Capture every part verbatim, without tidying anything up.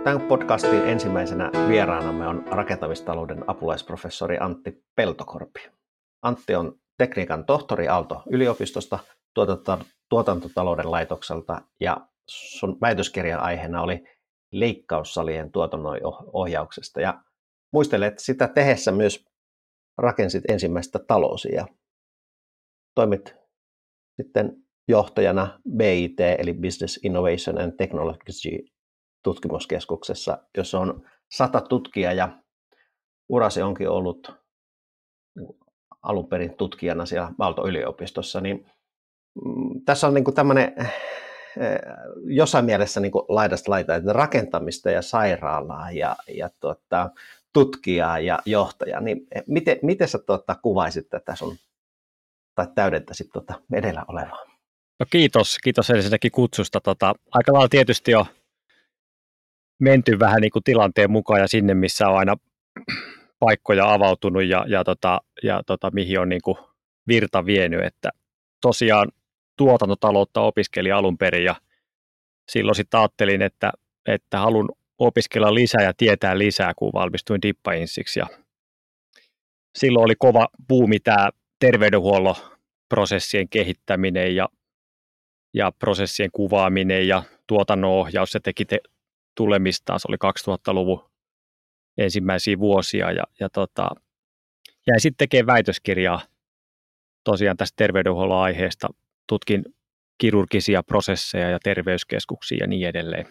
Tämän podcastin ensimmäisenä vieraanamme on rakentamistalouden apulaisprofessori Antti Peltokorpi. Antti on tekniikan tohtori Aalto-yliopistosta, tuotantotalouden laitokselta, ja sun väitöskirjan aiheena oli leikkaussalien tuotannon ohjauksesta. Ja muistelen, että sitä tehessä myös rakensit ensimmäistä taloosi ja toimit sitten johtajana B I T eli Business Innovation and Technology tutkimuskeskuksessa, jossa on sata tutkijaa ja urasi onkin ollut alun perin tutkijana siellä Aalto-yliopistossa. Niin, mm, tässä on niin kuin tämmöinen äh, jossain mielessä niin kuin laidasta laitaan, että rakentamista ja sairaalaa ja, ja tuota, tutkijaa ja johtajaa. Niin miten, miten sä tuota, kuvaisit tätä sun, tai täydentäisit tuota edellä olevaa? No kiitos, kiitos ensinnäkin kutsusta. Tota, aika lailla tietysti jo menty vähän niin kuin tilanteen mukaan ja sinne, missä on aina paikkoja avautunut ja, ja, tota, ja tota, mihin on niin kuin virta vienyt. Että tosiaan tuotantotaloutta opiskelin alun perin ja silloin sitten ajattelin, että, että haluan opiskella lisää ja tietää lisää, kun valmistuin dippa-insiksi. Ja silloin oli kova buumi tämä terveydenhuollon prosessien kehittäminen ja, ja prosessien kuvaaminen ja tuotannonohjaus. Se teki te, tulemistaan, se oli kaksituhattaluvun ensimmäisiä vuosia ja, ja tota, jäin sitten tekemään väitöskirjaa tosiaan tästä terveydenhuollon aiheesta. Tutkin kirurgisia prosesseja ja terveyskeskuksia ja niin edelleen.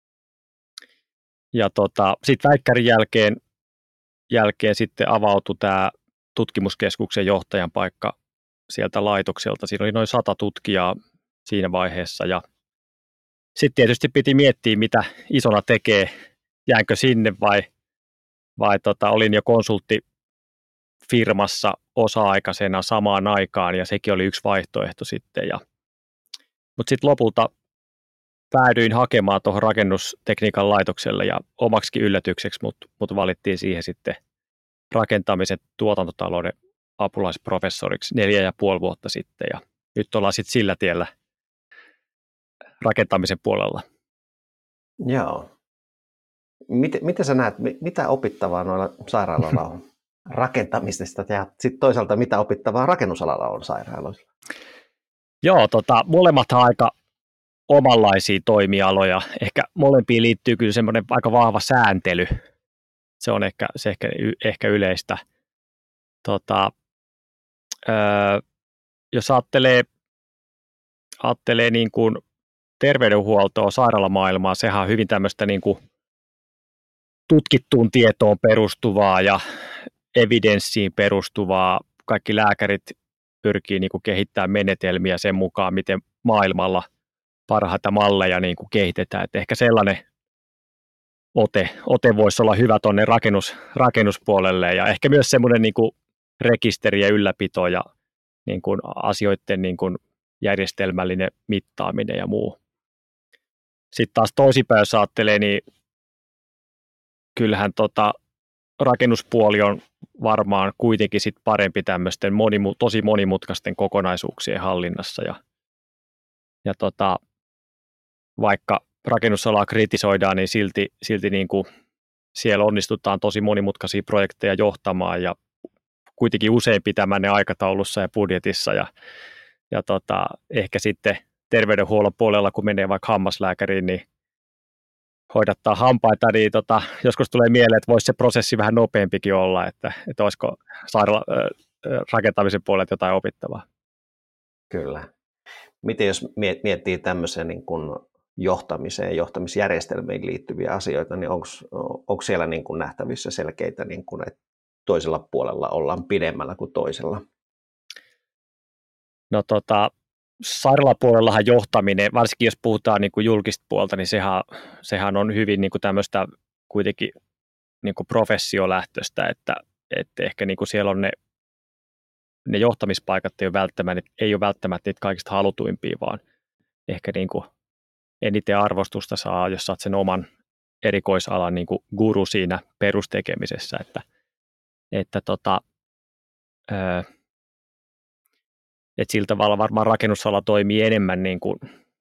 Ja tota, sitten väikkärin jälkeen, jälkeen sitten avautui tämä tutkimuskeskuksen johtajan paikka sieltä laitokselta. Siinä oli noin sata tutkijaa siinä vaiheessa ja sitten tietysti piti miettiä, mitä isona tekee, jäänkö sinne vai, vai tota, olin jo konsulttifirmassa osa-aikaisena samaan aikaan ja sekin oli yksi vaihtoehto sitten. Ja, mutta sitten lopulta päädyin hakemaan tuohon rakennustekniikan laitokselle ja omaksikin yllätykseksi, mutta mut valittiin siihen sitten rakentamisen tuotantotalouden apulaisprofessoriksi neljä ja puoli vuotta sitten ja nyt ollaan sitten sillä tiellä rakentamisen puolella. Joo. Miten, miten sä näet, mitä opittavaa noilla sairaaloilla on rakentamisesta ja sitten toisaalta mitä opittavaa rakennusalalla on sairaaloilla? Joo, tota, molemmat on aika omanlaisia toimialoja. Ehkä molempiin liittyy kyllä semmoinen aika vahva sääntely. Se on ehkä, se ehkä, ehkä yleistä. Tota, öö, jos ajattelee, ajattelee niin kuin terveydenhuoltoa, sairaalamaailmaa, sehän on hyvin tämmöistä niin kuin tutkittuun tietoon perustuvaa ja evidenssiin perustuvaa. Kaikki lääkärit pyrkii niin kuin kehittämään menetelmiä sen mukaan, miten maailmalla parhaita malleja niin kuin kehitetään. Et ehkä sellainen ote, ote voisi olla hyvä tuonne rakennus, rakennuspuolelle ja ehkä myös semmoinen niin kuin rekisteri ja ylläpito ja niin kuin asioiden niin kuin järjestelmällinen mittaaminen ja muu. Sitten taas toisinpäin, jos ajattelee, niin kyllähän tota, rakennuspuoli on varmaan kuitenkin sit parempi tämmöisten monimu- tosi monimutkaisten kokonaisuuksien hallinnassa. Ja, ja tota, vaikka rakennusalaa kritisoidaan, niin silti, silti niin kuin siellä onnistutaan tosi monimutkaisia projekteja johtamaan ja kuitenkin usein pitämään ne aikataulussa ja budjetissa. Ja, ja tota, ehkä sitten terveydenhuollon puolella, kun menee vaikka hammaslääkäriin, niin hoidattaa hampaita, niin tota, joskus tulee mieleen, että voisi se prosessi vähän nopeampikin olla, että, että olisiko sairaala, äh, rakentamisen puolelta jotain opittavaa. Kyllä. Miten jos miettii tämmöiseen niin kuin johtamiseen, johtamisjärjestelmiin liittyviä asioita, niin onko siellä niin kuin nähtävissä selkeitä, niin kuin, että toisella puolella ollaan pidemmällä kuin toisella? No tota, sairaalapuolellahan johtaminen, varsinkin jos puhutaan niin kuin julkista puolta, niin sehän, sehän on hyvin niin kuin tämmöistä kuitenkin niin kuin professiolähtöistä, että, että ehkä niin kuin siellä on ne, ne johtamispaikat ei ole, välttämättä, ei ole välttämättä niitä kaikista halutuimpia, vaan ehkä niin kuin eniten arvostusta saa, jos saat sen oman erikoisalan niin kuin guru siinä perustekemisessä, että, että tota, öö, että sillä tavalla varmaan rakennusala toimii enemmän niin kuin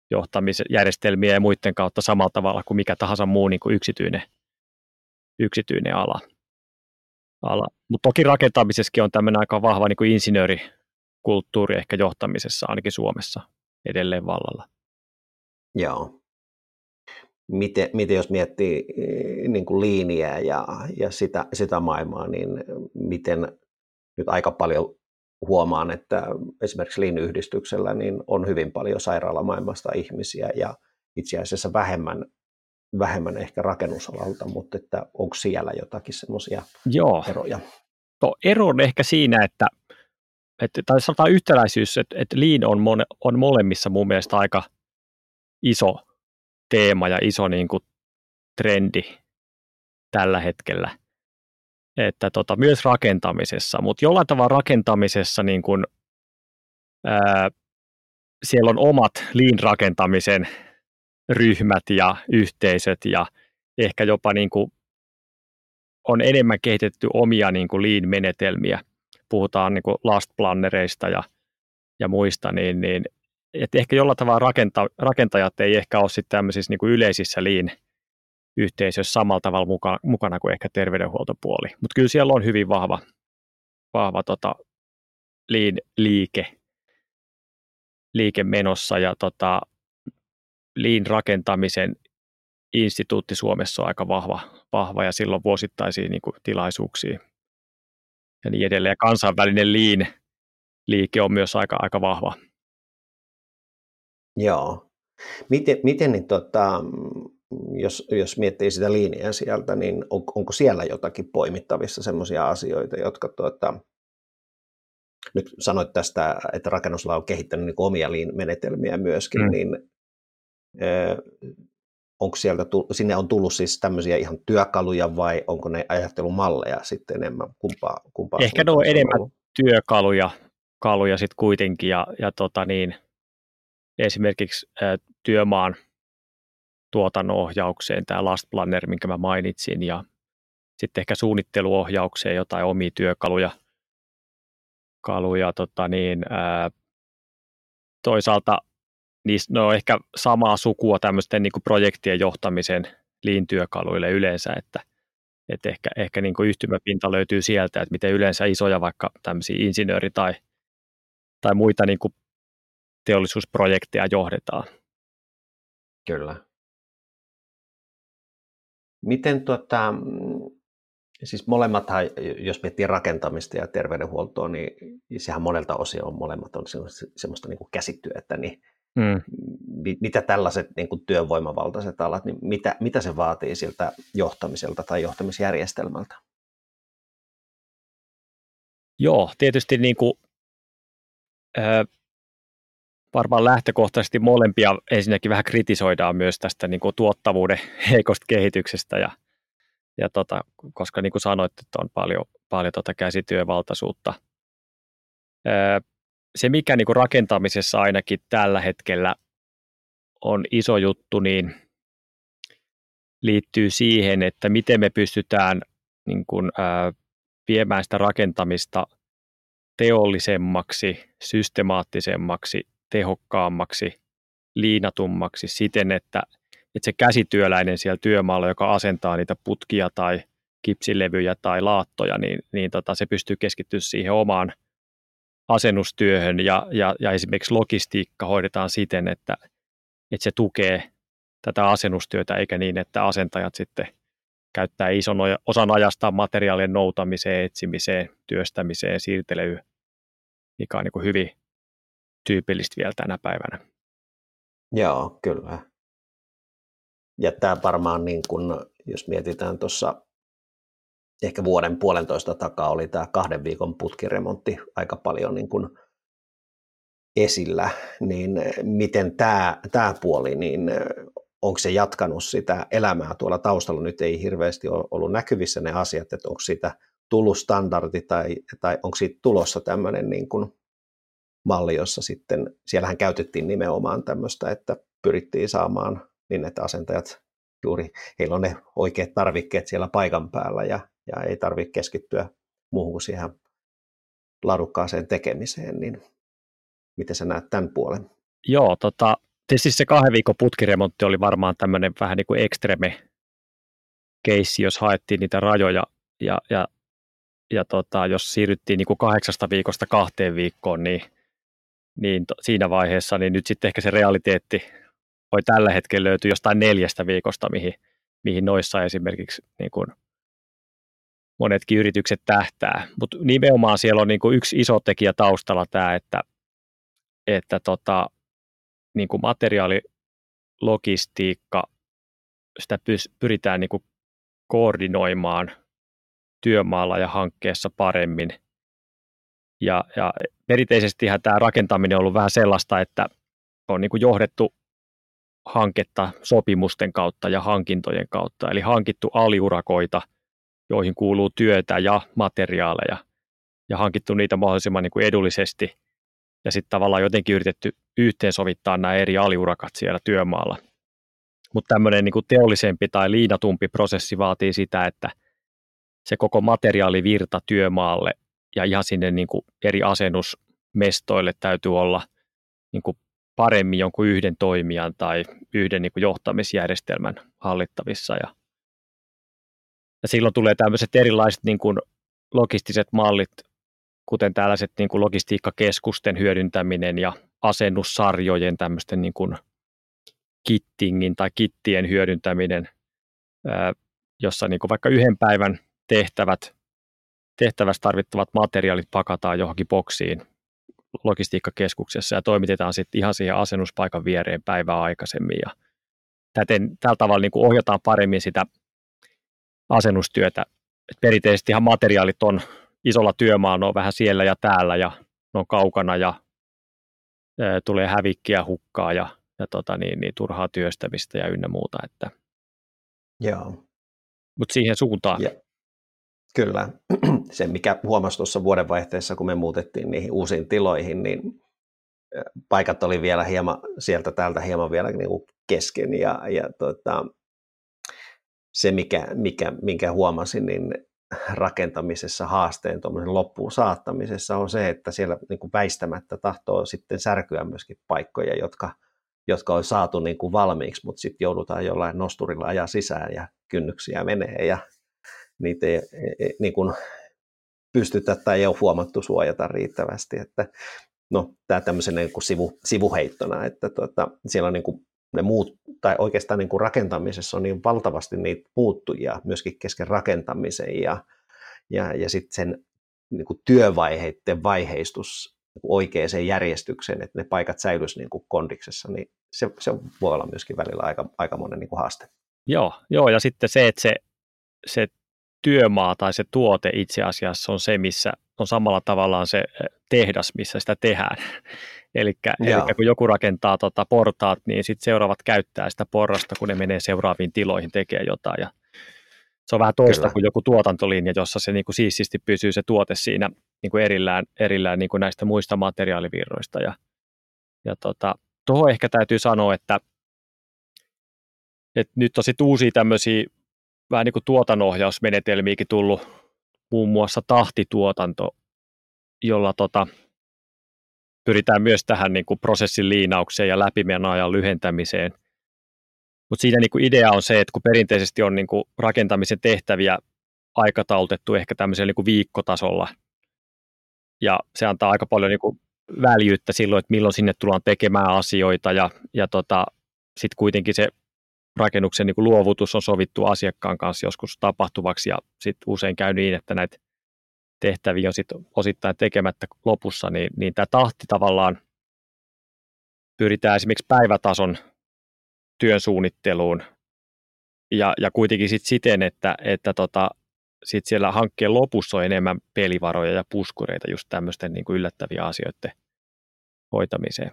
johtamisjärjestelmiä ja muiden kautta samalla tavalla kuin mikä tahansa muu niin kuin yksityinen, yksityinen ala. ala. Mutta toki rakentamisessakin on tämmöinen aika vahva niin kuin insinöörikulttuuri ehkä johtamisessa, ainakin Suomessa edelleen vallalla. Joo. Miten, miten jos miettii niin kuin liiniä ja, ja sitä, sitä maailmaa, niin miten nyt aika paljon huomaan, että esimerkiksi Lean-yhdistyksellä niin on hyvin paljon sairaalamaailmasta ihmisiä ja itse asiassa vähemmän, vähemmän ehkä rakennusalalta, mutta että onko siellä jotakin semmoisia eroja? Joo, ero on ehkä siinä, että, että tai sanotaan yhtäläisyys, että, että Lean on, mone, on molemmissa mun mielestä aika iso teema ja iso niin kuin trendi tällä hetkellä. Että tota, myös rakentamisessa, mutta jollain tavalla rakentamisessa niin kuin, ää, siellä on omat Lean-rakentamisen ryhmät ja yhteisöt ja ehkä jopa niin kuin on enemmän kehitetty omia niin kuin Lean-menetelmiä. Puhutaan niin kuin last plannereista ja, ja muista, niin, niin että ehkä jollain tavalla rakenta, rakentajat ei ehkä ole sitten tämmöisissä niin kuin yleisissä Lean-yhteisöissä samalla tavalla muka, mukana kuin ehkä terveydenhuoltopuoli. Mutta kyllä siellä on hyvin vahva, vahva tota Lean-liike liike menossa ja tota, Lean-rakentamisen instituutti Suomessa on aika vahva, vahva ja silloin vuosittaisia niin kuin, tilaisuuksia ja niin edelleen. Ja kansainvälinen Lean-liike on myös aika, aika vahva. Joo. Miten, miten niin, tota, jos, jos miettii sitä Leania sieltä, niin on, onko siellä jotakin poimittavissa semmoisia asioita, jotka tuota, nyt sanoit tästä, että rakennusala on kehittänyt niin omia Lean-menetelmiä myöskin, mm. niin ö, onko sieltä, sinne on tullut siis tämmöisiä ihan työkaluja vai onko ne ajattelumalleja sitten enemmän? Kumpaa, kumpaa Ehkä ne on enemmän ollut? työkaluja kaluja sitten kuitenkin ja, ja tota niin, esimerkiksi ä, työmaan tuotannon ohjaukseen tämä Last Planner, minkä mä mainitsin, ja sitten ehkä suunnitteluohjaukseen jotain omia työkaluja. Kaluja, tota niin, ää, toisaalta niissä, ne on ehkä samaa sukua tämmöisten niin kuin projektien johtamisen Lean-työkaluille yleensä, että, että ehkä, ehkä niin kuin yhtymäpinta löytyy sieltä, että miten yleensä isoja vaikka tämmöisiä insinööri- tai, tai muita niin kuin teollisuusprojekteja johdetaan. Kyllä. Miten tuota, siis molemmathan, jos miettii rakentamista ja terveydenhuoltoa, niin sehän monelta osin on molemmat on semmoista niin kuin käsityötä, niin mm. mitä tällaiset niin kuin työvoimavaltaiset alat, niin mitä, mitä se vaatii siltä johtamiselta tai johtamisjärjestelmältä? Joo, tietysti niin kuin, äh, varmaan lähtökohtaisesti molempia ensinnäkin vähän kritisoidaan myös tästä niin kuin tuottavuuden heikosta kehityksestä, ja, ja tota, koska niin kuin sanoit, että on paljon, paljon tota käsityövaltaisuutta. Äh, se, mikä niin kuin rakentamisessa ainakin tällä hetkellä on iso juttu, niin liittyy siihen, että miten me pystytään niin kuin, ää, viemään sitä rakentamista teollisemmaksi, systemaattisemmaksi, tehokkaammaksi, liinatummaksi siten, että, että se käsityöläinen siellä työmaalla, joka asentaa niitä putkia tai kipsilevyjä tai laattoja, niin, niin tota, se pystyy keskittymään siihen omaan asennustyöhön ja, ja, ja esimerkiksi logistiikka hoidetaan siten, että, että se tukee tätä asennustyötä, eikä niin, että asentajat sitten käyttää ison osan ajastaan materiaalien noutamiseen, etsimiseen, työstämiseen, siirtelyyn, mikä on niin kuin hyvin tyypillistä vielä tänä päivänä. Joo, kyllä. Ja tämä varmaan, niin kun, jos mietitään tuossa ehkä vuoden puolentoista takaa, oli tämä kahden viikon putkiremontti aika paljon niin kun esillä, niin miten tämä, tämä puoli, niin onko se jatkanut sitä elämää tuolla taustalla? Nyt ei hirveästi ole ollut näkyvissä ne asiat, että onko siitä tullut standardi tai, tai onko siitä tulossa tämmöinen niin kuin malli, jossa sitten, siellähän käytettiin nimenomaan tämmöistä, että pyrittiin saamaan niin, että asentajat juuri, heillä on ne oikeat tarvikkeet siellä paikan päällä ja, ja ei tarvitse keskittyä muuhun kuin siihen laadukkaaseen tekemiseen, niin miten sä näet tämän puolen? Joo, tota, Tietysti se kahden viikon putkiremontti oli varmaan tämmöinen vähän niin kuin ekstreme keissi, jos haettiin niitä rajoja ja, ja, ja tota, jos siirryttiin niin kuin kahdeksasta viikosta kahteen viikkoon, niin, niin to, siinä vaiheessa niin nyt sitten ehkä se realiteetti voi tällä hetkellä löytyä jostain neljästä viikosta, mihin, mihin noissa esimerkiksi niin kuin monetkin yritykset tähtää. Mutta nimenomaan siellä on niin kuin yksi iso tekijä taustalla tämä, että, että tota, niin kuin materiaalilogistiikka, sitä pyritään niin kuin koordinoimaan työmaalla ja hankkeessa paremmin. Ja, ja perinteisestihän tämä rakentaminen on ollut vähän sellaista, että on niin kuin johdettu hanketta sopimusten kautta ja hankintojen kautta, eli hankittu aliurakoita, joihin kuuluu työtä ja materiaaleja, ja hankittu niitä mahdollisimman niin kuin edullisesti, ja sitten tavallaan jotenkin yritetty yhteensovittaa nämä eri aliurakat siellä työmaalla. Mutta tämmöinen niin kuin teollisempi tai liinatumpi prosessi vaatii sitä, että se koko materiaalivirta työmaalle ja ihan sinne niin kuin eri asennusmestoille täytyy olla niin kuin paremmin jonkun yhden toimijan tai yhden niin kuin johtamisjärjestelmän hallittavissa. Ja, ja silloin tulee tämmöiset erilaiset niin kuin logistiset mallit, kuten tällaiset niin kuin logistiikkakeskusten hyödyntäminen ja asennussarjojen tämmöisten niin kuin kittingin tai kittien hyödyntäminen, jossa niin kuin vaikka yhden päivän tehtävät, tehtävässä tarvittavat materiaalit pakataan johonkin boksiin logistiikkakeskuksessa ja toimitetaan sitten ihan siihen asennuspaikan viereen päivää aikaisemmin. Ja täten, tällä tavalla niin kuin ohjataan paremmin sitä asennustyötä. Et perinteisesti ihan materiaalit on isolla työmaalla, ne on vähän siellä ja täällä ja ne on kaukana ja e, tulee hävikkiä, hukkaa ja, ja tota, niin, niin, turhaa työstämistä ja ynnä muuta. Että. Joo. Mutta siihen suuntaan. Ja, kyllä. Se, mikä huomasi tuossa vuodenvaihteessa, kun me muutettiin niihin uusiin tiloihin, niin paikat oli vielä hieman sieltä täältä hieman vielä niin kuin kesken. Ja, ja tota, se, mikä, mikä, minkä huomasin, niin rakentamisessa haasteen loppuun saattamisessa on se, että siellä niin kuin väistämättä tahtoo sitten särkyä myöskin paikkoja, jotka, jotka on saatu niin kuin valmiiksi, mutta sitten joudutaan jollain nosturilla ajaa sisään ja kynnyksiä menee ja niitä ei, ei niin kuin pystytä tai ei ole huomattu suojata riittävästi. Että, no, tämä tämmöisen niin kuin sivu, sivuheittona, että tuota, siellä on niin kuin ne muut, tai oikeastaan niin kuin rakentamisessa on niin valtavasti niitä muuttujia myöskin kesken rakentamisen ja, ja, ja sitten sen niin kuin työvaiheiden vaiheistus niin kuin oikeaan järjestykseen, että ne paikat säilyisivät niin kuin kondiksessa, niin se, se voi olla myöskin välillä aika, aika monen niin kuin haaste. Joo, joo, ja sitten se, että se, se työmaa tai se tuote itse asiassa on se, missä on samalla tavallaan se tehdas, missä sitä tehdään. Eli kun joku rakentaa tota portaat, niin sitten seuraavat käyttää sitä porrasta, kun ne menee seuraaviin tiloihin tekemään jotain. Ja se on vähän toista Kyllä. kuin joku tuotantolinja, jossa se niin kuin siististi pysyy se tuote siinä niin kuin erillään, erillään niin kuin näistä muista materiaalivirroista. Ja, ja tota, tuohon ehkä täytyy sanoa, että, että nyt on sitten uusia tämmöisiä vähän niin kuin tuotannonohjausmenetelmiäkin tullut, muun muassa tahtituotanto, jolla tota, pyritään myös tähän niin kuin prosessin liinaukseen ja läpimenon ajan lyhentämiseen. Mutta siinä niin kuin idea on se, että kun perinteisesti on niin kuin rakentamisen tehtäviä aikataulutettu ehkä tämmöisellä niin kuin viikkotasolla, ja se antaa aika paljon niin kuin väljyyttä silloin, että milloin sinne tullaan tekemään asioita, ja, ja tota, sitten kuitenkin se rakennuksen niin kuin luovutus on sovittu asiakkaan kanssa joskus tapahtuvaksi, ja sitten usein käy niin, että näitä tehtäviä on sit osittain tekemättä lopussa, niin, niin tämä tahti tavallaan pyritään esimerkiksi päivätason työn suunnitteluun ja, ja kuitenkin sit siten, että, että tota, sit siellä hankkeen lopussa on enemmän pelivaroja ja puskureita just tämmöisten niin kuin yllättäviä asioiden hoitamiseen.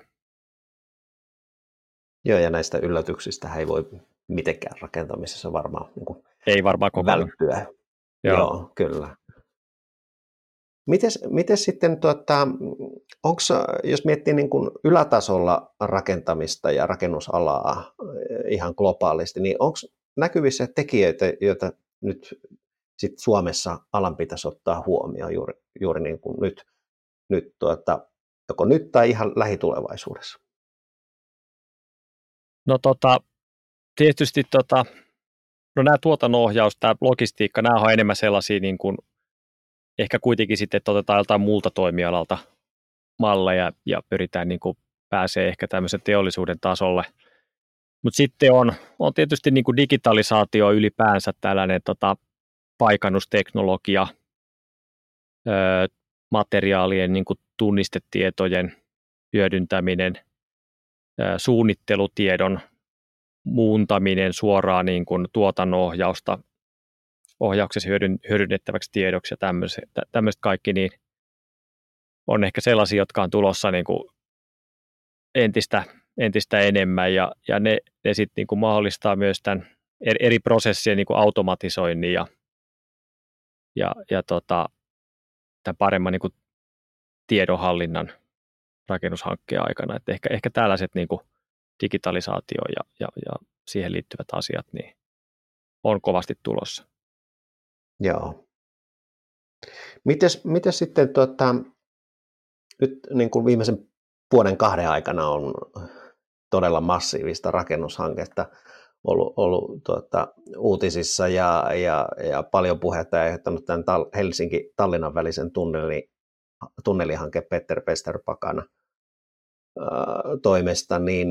Joo, ja näistä yllätyksistä ei voi mitenkään rakentamisessa varmaan niin kuin ei varmaan kokonaan välttyä. Joo, Joo kyllä. Mites, mites sitten, tuota, onks, jos miettii niin kuin ylätasolla rakentamista ja rakennusalaa ihan globaalisti, niin onko näkyvissä tekijöitä, joita nyt sit Suomessa alan pitäisi ottaa huomioon juuri, juuri niin kuin nyt, nyt tuota, joko nyt tai ihan lähitulevaisuudessa? No tota, tietysti tota, no nämä tuotannonohjaus, tämä logistiikka, nämä on enemmän sellaisia niin kuin, ehkä kuitenkin sitten, että otetaan joltain muulta toimialalta malleja ja pyritään niin kuin pääsee ehkä tämmöisen teollisuuden tasolle. Mutta sitten on, on tietysti niin kuin digitalisaatio ylipäänsä tällainen tota, paikannusteknologia, öö, materiaalien niin kuin tunnistetietojen hyödyntäminen, öö, suunnittelutiedon muuntaminen suoraan niin kuin tuotannonohjausta ohjauksessa hyödyn, hyödynnettäväksi tiedoksi ja tämmöiset kaikki, niin on ehkä sellaisia, jotka on tulossa niin kuin entistä, entistä enemmän, ja, ja ne, ne sitten niin kuin mahdollistaa myös tämän eri, eri prosessien niin kuin automatisoinnin ja, ja, ja tota, tämän paremman niin kuin tiedonhallinnan rakennushankkeen aikana. Et ehkä, ehkä tällaiset niin kuin digitalisaatio ja, ja, ja siihen liittyvät asiat niin on kovasti tulossa. Joo. Mites, mites sitten tuota, nyt niin kuin viimeisen vuoden kahden aikana on todella massiivista rakennushanketta ollut, ollut tuota, uutisissa ja, ja, ja paljon puhetta ja aiheuttanut tämän Helsinki-Tallinnan välisen tunneli, tunnelihanke Peter Pesterpakana toimesta, niin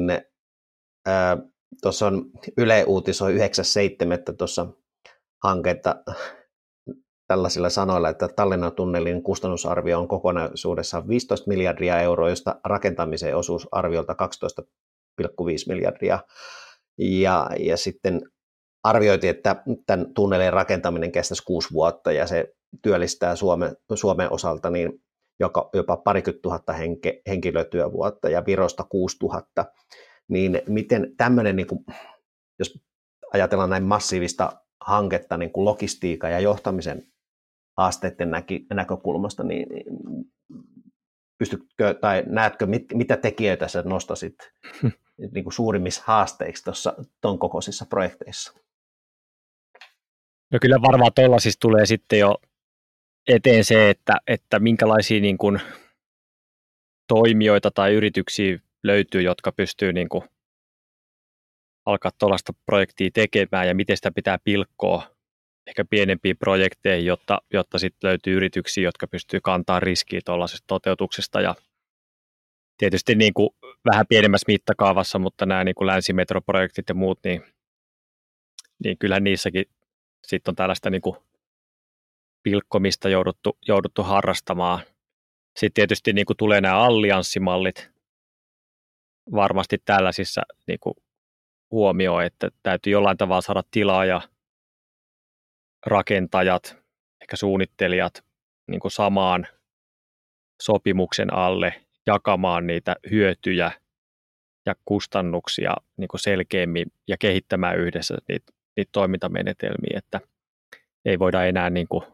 tuossa on Yle uutisoi yhdeksäs seitsemättä tuossa hanketta tällaisilla sanoilla, että Tallinnan tunnelin kustannusarvio on kokonaisuudessaan viisitoista miljardia euroa, josta rakentamisen osuus arviolta kaksitoista pilkku viisi miljardia. Ja, ja sitten arvioitiin, että tämän tunnelin rakentaminen kestäisi kuusi vuotta ja se työllistää Suomen, Suomen osalta niin joka, jopa parikymmentä tuhatta henke, henkilötyövuotta ja Virosta kuusituhatta. Niin miten tämmöinen, niin kuin, jos ajatellaan näin massiivista hanketta niin kuin logistiikan ja johtamisen haasteiden näki, näkökulmasta, niin pystytkö tai näetkö, mit, mitä tekijöitä sä nostasit niin kuin suurimmissa haasteiksi tuossa ton kokoisissa projekteissa? No kyllä varmaan tuolla siis tulee sitten jo eteen se, että, että minkälaisia niin kuin toimijoita tai yrityksiä löytyy, jotka pystyy niin kuin alkaa tuollaista projektia tekemään ja miten sitä pitää pilkkoa ehkä pienempiin projekteihin, jotta, jotta sitten löytyy yrityksiä, jotka pystyy kantamaan riskiä tuollaisesta toteutuksesta ja tietysti niin kuin vähän pienemmässä mittakaavassa, mutta nämä niin kuin länsimetroprojektit ja muut, niin, niin kyllähän niissäkin sitten on tällaista niin kuin pilkkomista jouduttu, jouduttu harrastamaan. Sitten tietysti niin kuin tulee nämä allianssimallit varmasti tällaisissa niin kuin huomioon, että täytyy jollain tavalla saada tilaa ja rakentajat, ehkä suunnittelijat niin kuin samaan sopimuksen alle jakamaan niitä hyötyjä ja kustannuksia niin kuin selkeämmin ja kehittämään yhdessä niitä, niitä toimintamenetelmiä, että ei voida enää niin kuin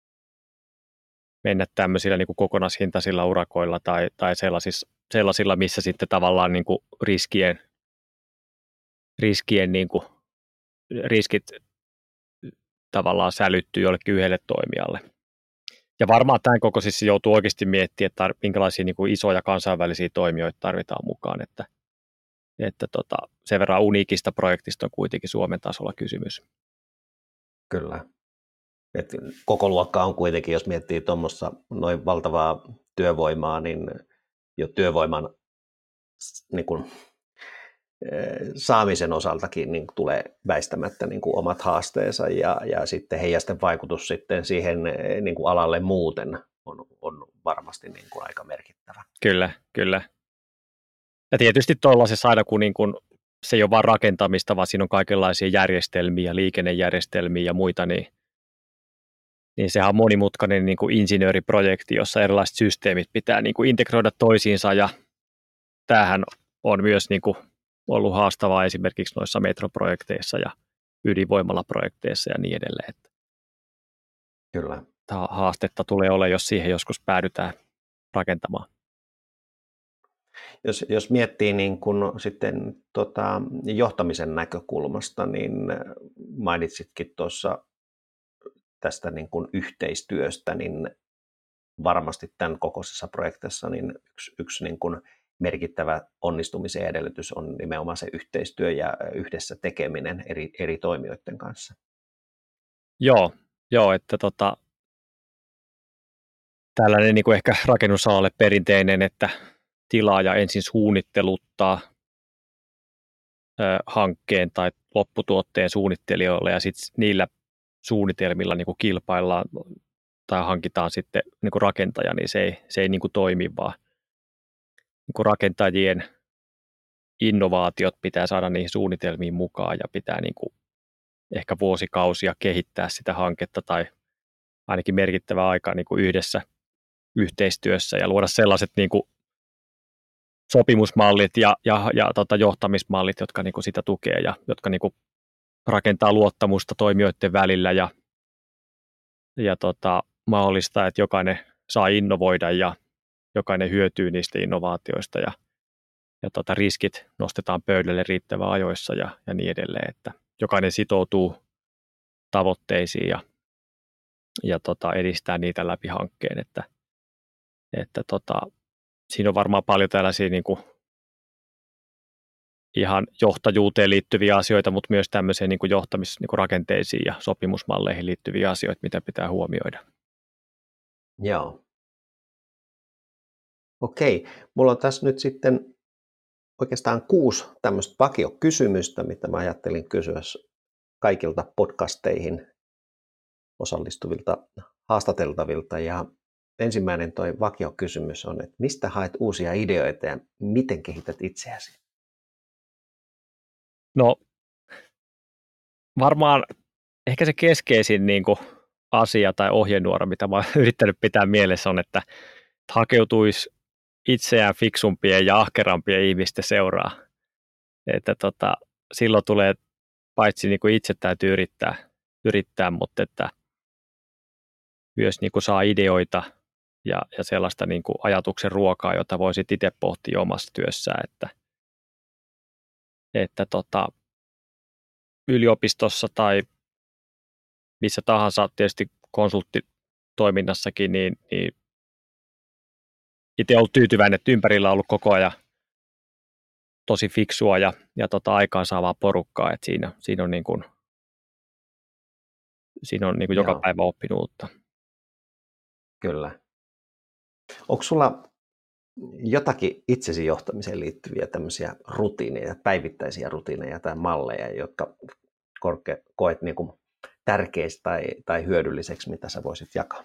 mennä tämmöisillä niin kuin kokonaishintaisilla urakoilla tai, tai sellaisilla, sellaisilla, missä sitten tavallaan niin kuin riskien, riskien niin kuin, riskit tavallaan sälyttyy jollekin yhdelle toimijalle. Ja varmaan tämän kokoisissa joutuu oikeasti miettimään, että minkälaisia niin kuin isoja kansainvälisiä toimijoita tarvitaan mukaan, että, että tota, sen verran uniikista projektista on kuitenkin Suomen tasolla kysymys. Kyllä. Et koko luokka on kuitenkin, jos miettii tuommoista noin valtavaa työvoimaa, niin jo työvoiman niin kuin, saamisen osaltakin niin tulee väistämättä niin kuin omat haasteensa ja, ja sitten heijasten vaikutus sitten siihen niin kuin alalle muuten on, on varmasti niin kuin aika merkittävä. Kyllä, kyllä. Ja tietysti tuollaisessa aina, kun, niin kun se ei ole vain rakentamista, vaan siinä on kaikenlaisia järjestelmiä, liikennejärjestelmiä ja muita, niin, niin sehän on monimutkainen niin kuin insinööriprojekti, jossa erilaiset systeemit pitää niin kuin integroida toisiinsa, ja tämähän on myös niin kuin ollut haastavaa esimerkiksi noissa metroprojekteissa ja ydinvoimalaprojekteissa ja niin edelleen. Kyllä. Tämä haastetta tulee olemaan, jos siihen joskus päädytään rakentamaan. Jos, jos miettii niin kun sitten tota, johtamisen näkökulmasta, niin mainitsitkin tuossa tästä niin kun yhteistyöstä, niin varmasti tämän kokoisessa projektissa niin yksi, yksi niin kun merkittävä onnistumisen edellytys on nimenomaan se yhteistyö ja yhdessä tekeminen eri, eri toimijoiden kanssa. Joo, joo että tota, tällainen niin kuin ehkä rakennusalalle perinteinen, että tilaaja ensin suunnitteluttaa ö, hankkeen tai lopputuotteen suunnittelijoille ja sitten niillä suunnitelmilla niin kuin kilpaillaan tai hankitaan sitten niin kuin rakentaja, niin se ei, se ei niin kuin toimi, vaan niin kuin rakentajien innovaatiot pitää saada niihin suunnitelmiin mukaan ja pitää niin kuin ehkä vuosikausia kehittää sitä hanketta tai ainakin merkittävää aikaa niin kuin yhdessä yhteistyössä ja luoda sellaiset niin kuin sopimusmallit ja, ja, ja tota, johtamismallit, jotka niin kuin sitä tukee ja jotka niin kuin rakentaa luottamusta toimijoiden välillä ja, ja tota, mahdollistaa, että jokainen saa innovoida ja jokainen hyötyy niistä innovaatioista ja, ja tota, riskit nostetaan pöydälle riittävän ajoissa ja, ja niin edelleen, että jokainen sitoutuu tavoitteisiin ja, ja tota, edistää niitä läpi hankkeen, että, että tota, siinä on varmaan paljon tällaisia niin kuin ihan johtajuuteen liittyviä asioita, mutta myös tämmöiseen niin kuin johtamisrakenteisiin ja sopimusmalleihin liittyviä asioita, mitä pitää huomioida. Joo. Okei, mulla on tässä nyt sitten oikeastaan kuusi tämmöistä vakiokysymystä, mitä mä ajattelin kysyä kaikilta podcasteihin osallistuvilta haastateltavilta. Ja ensimmäinen toi vakiokysymys on, että mistä haet uusia ideoita ja miten kehität itseäsi? No varmaan ehkä se keskeisin niin kuin asia tai ohjenuora, mitä mä oon yrittänyt pitää mielessä on, että hakeutuisi itseään fiksumpien ja ahkerampien ihmisten seuraa. Että tota, silloin tulee paitsi niin kuin itse täytyy yrittää, yrittää mutta että myös niin kuin saa ideoita ja, ja sellaista niin kuin ajatuksen ruokaa, jota voisit itse pohtia omassa työssään, että, että tota, yliopistossa tai missä tahansa tietysti konsulttitoiminnassakin, niin, niin itse olen ollut tyytyväinen, että ympärillä on ollut koko ajan tosi fiksua ja, ja tota aikaansaavaa porukkaa, että siinä, siinä on, niin kuin, siinä on niin kuin joka päivä oppinut uutta. Kyllä. Onko sulla jotakin itsesi johtamiseen liittyviä tämmöisiä rutiineja, päivittäisiä rutiineja tai malleja, jotka korke, koet niin kuin tärkeiksi tai, tai hyödylliseksi, mitä sä voisit jakaa?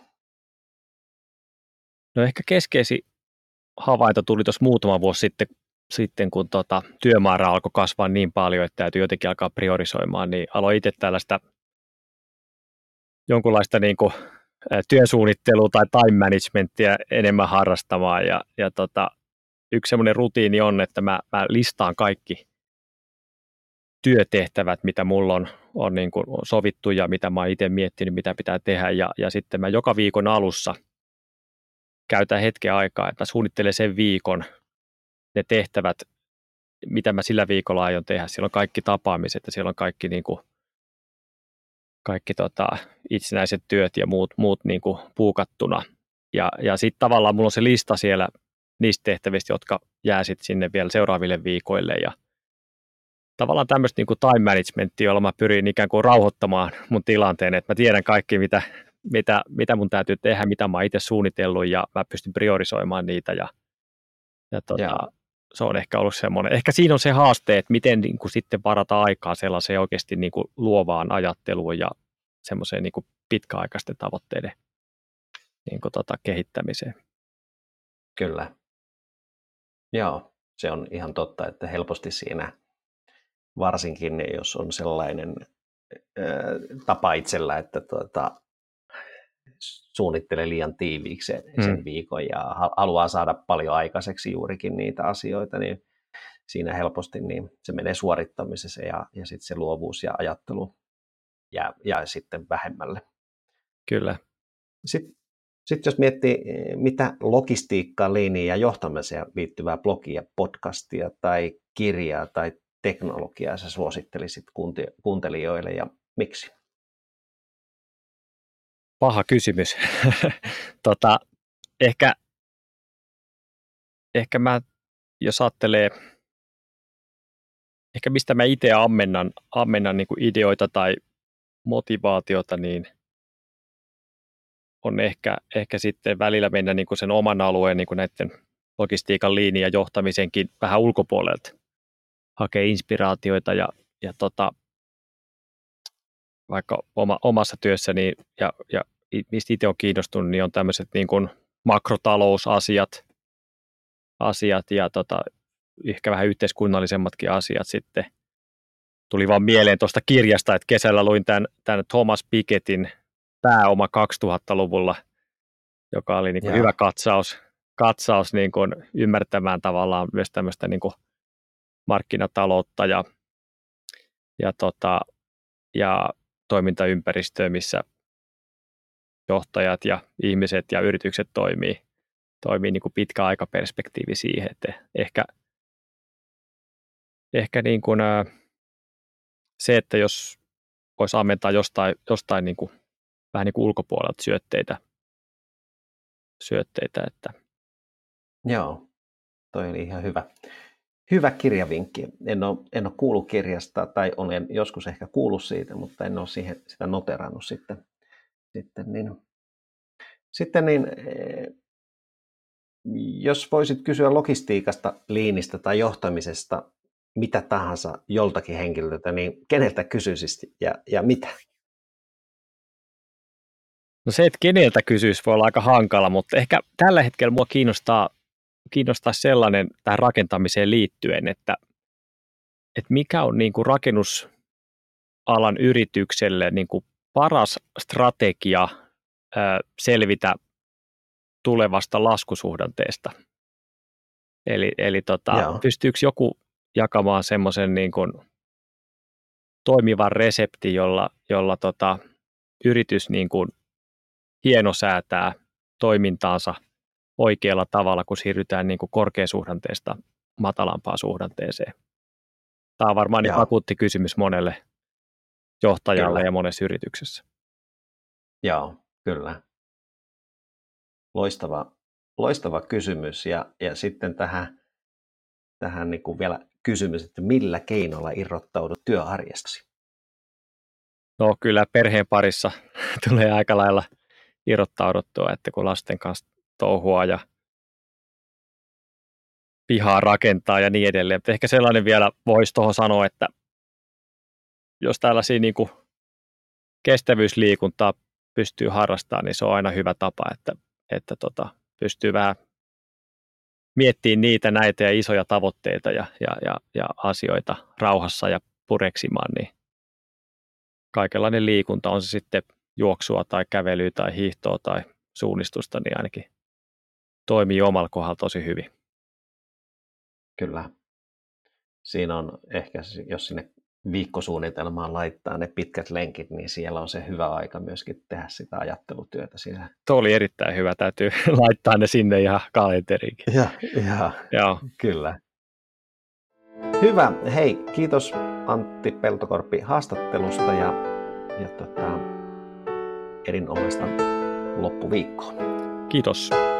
No ehkä keskeisin havainto tuli tuossa muutama vuosi sitten, sitten kun tota, työmäärä alkoi kasvaa niin paljon, että täytyy jotenkin alkaa priorisoimaan, niin aloin itse tällaista jonkunlaista niin kuin, ä, työsuunnittelua tai time managementia enemmän harrastamaan. Ja, ja tota, yksi semmoinen rutiini on, että mä, mä listaan kaikki työtehtävät, mitä mulla on, on niin kuin sovittu ja mitä mä oon itse miettinyt, mitä pitää tehdä. Ja, ja sitten mä joka viikon alussa käytän hetken aikaa, että mä suunnittelen sen viikon ne tehtävät, mitä mä sillä viikolla aion tehdä. Siellä on kaikki tapaamiset ja siellä on kaikki, niin kuin, kaikki tota, itsenäiset työt ja muut, muut niin kuin puukattuna. Ja, ja sitten tavallaan mulla on se lista siellä niistä tehtävistä, jotka jää sitten sinne vielä seuraaville viikoille. Ja tavallaan tämmöistä niin kuin time managementia, jolla mä pyrin ikään kuin rauhoittamaan mun tilanteen, että mä tiedän kaikki, mitä, mitä, mitä mun täytyy tehdä, mitä mä oon itse suunnitellut ja mä pystyn priorisoimaan niitä. Ja, ja tota, se on ehkä ollut semmoinen. Ehkä siinä on se haaste, että miten niin kuin sitten varata aikaa sellaiseen oikeasti niin kuin luovaan ajatteluun ja semmoiseen niin kuin pitkäaikaisten tavoitteiden niin kuin tota, kehittämiseen. Kyllä. Joo, se on ihan totta, että helposti siinä, varsinkin jos on sellainen ää, tapa itsellä, että tuota, suunnittelee liian tiiviiksi sen, hmm. sen viikon ja haluaa saada paljon aikaiseksi juurikin niitä asioita, niin siinä helposti niin se menee suorittamisessa ja, ja sitten se luovuus ja ajattelu jää, jää sitten vähemmälle. Kyllä. Sitten, sitten jos miettii, mitä logistiikkaan, liiniin ja johtamiseen liittyvää blogia, podcastia tai kirjaa tai teknologiaa sä suosittelisit kuuntelijoille ja miksi? Paha kysymys. tota, ehkä, ehkä mä jos ajattelee, ehkä mistä mä itse ammennan, ammennan niin kuin ideoita tai motivaatiota, niin on ehkä, ehkä sitten välillä mennä niin kuin sen oman alueen niin kuin näiden logistiikan liiniin ja johtamisenkin vähän ulkopuolelta, hakee inspiraatioita ja, ja tota, vaikka oma, omassa työssäni ja, ja mistä itse olen kiinnostunut, niin on tämmöiset niin kuin makrotalousasiat asiat ja tota, ehkä vähän yhteiskunnallisemmatkin asiat sitten. Tuli vaan mieleen tuosta kirjasta, että kesällä luin tämän, tämän Thomas Pikettin Pääoma kaksituhattaluvulla, joka oli niin kuin hyvä katsaus, katsaus niin kuin ymmärtämään tavallaan myös tämmöistä niin kuin markkinataloutta ja, ja, tota, ja toimintaympäristöä, missä johtajat ja ihmiset ja yritykset toimii, toimii niin kuin pitkä aikaperspektiivi siihen, että ehkä, ehkä niin kuin, ää, se, että jos voisi ammentaa jostain, jostain niin kuin, vähän niin kuin ulkopuolelta syötteitä, syötteitä että Joo, toi oli ihan hyvä. Hyvä kirjavinkki. En ole, en ole kuullut kirjasta, tai olen joskus ehkä kuullut siitä, mutta en ole siihen, sitä noterannut sitten. Sitten niin, sitten niin, jos voisit kysyä logistiikasta, liinistä tai johtamisesta mitä tahansa joltakin henkilöltä, niin keneltä kysyisit ja, ja mitä? No se, että keneltä kysyisi, voi olla aika hankala, mutta ehkä tällä hetkellä mua kiinnostaa, kiinnostaa sellainen tähän rakentamiseen liittyen, että, että mikä on niin kuin rakennusalan yritykselle niin kuin paras strategia ää, selvitä tulevasta laskusuhdanteesta. Eli, eli tota, pystyykö joku jakamaan semmoisen niin kuin toimivan resepti, jolla, jolla tota, yritys niin kuin hienosäätää toimintaansa oikealla tavalla, kun siirrytään niin kuin korkeasuhdanteesta matalampaan suhdanteeseen. Tämä on varmaan niin akuutti kysymys monelle johtajalle kyllä. Ja monessa yrityksessä. Joo, kyllä. Loistava, loistava kysymys. Ja, ja sitten tähän, tähän niin kuin vielä kysymys, että millä keinoilla irrottaudut työarjestasi? No kyllä perheen parissa tulee aika lailla irrottauduttua, että kun lasten kanssa touhua ja pihaa rakentaa ja niin edelleen. Mutta ehkä sellainen vielä voisi tuohon sanoa, että jos tällaisia niin kuin kestävyysliikuntaa pystyy harrastamaan, niin se on aina hyvä tapa, että, että tota, pystyy vähän miettimään niitä, näitä ja isoja tavoitteita ja, ja, ja, ja asioita rauhassa ja pureksimaan, niin kaikenlainen liikunta, on se sitten juoksua tai kävelyä tai hiihtoa tai suunnistusta, niin ainakin toimii omalla kohdalla tosi hyvin. Kyllä. Siinä on ehkä, jos sinne viikkosuunnitelmaan laittaa ne pitkät lenkit, niin siellä on se hyvä aika myöskin tehdä sitä ajattelutyötä siinä. Tuo oli erittäin hyvä, täytyy laittaa ne sinne ihan kalenteriinkin. Ja, ja, Joo. Kyllä. Hyvä. Hei, kiitos Antti Peltokorpi haastattelusta ja, ja tota, erinomaista loppuviikkoa. Kiitos.